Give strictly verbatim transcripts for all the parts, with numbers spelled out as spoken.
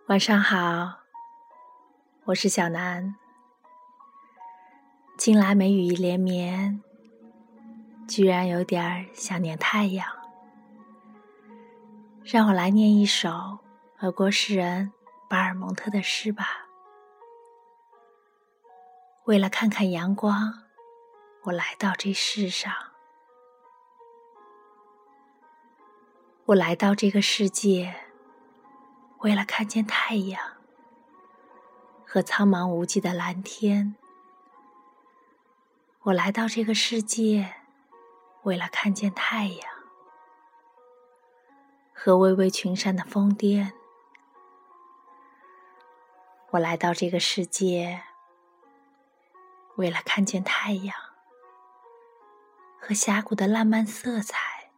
晚上好，我是小南。近来梅雨连绵，居然有点想念太阳。让我来念一首俄国诗人巴尔蒙特的诗吧。为了看看阳光，我来到这世上。我来到这个世界，为了看见太阳和苍茫无际的蓝天。我来到这个世界，为了看见太阳和巍巍群山的峰巅。我来到这个世界，为了看见太阳和峡谷的烂漫色彩。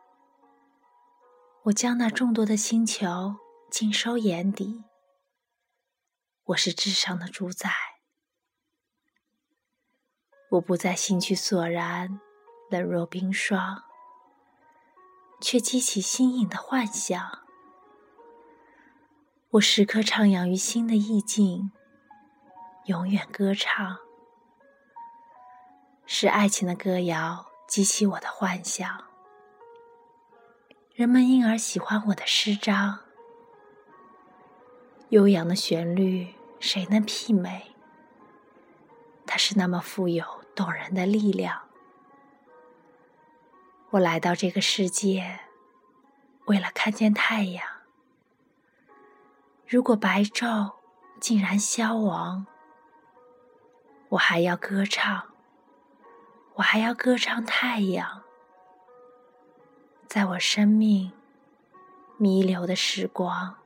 我将那众多的星球尽收眼底。我是至上的主宰。我不再心绪索然，冷若冰霜，却激起新颖的幻想。我时刻徜徉于新的意境，永远歌唱，是爱情的歌谣激起我的幻想。人们因而喜欢我的诗章，悠扬的旋律谁能媲美？它是那么富有动人的力量。我来到这个世界，为了看见太阳。如果白昼竟然消亡，我还要歌唱，我还要歌唱太阳。在我生命弥留的时光。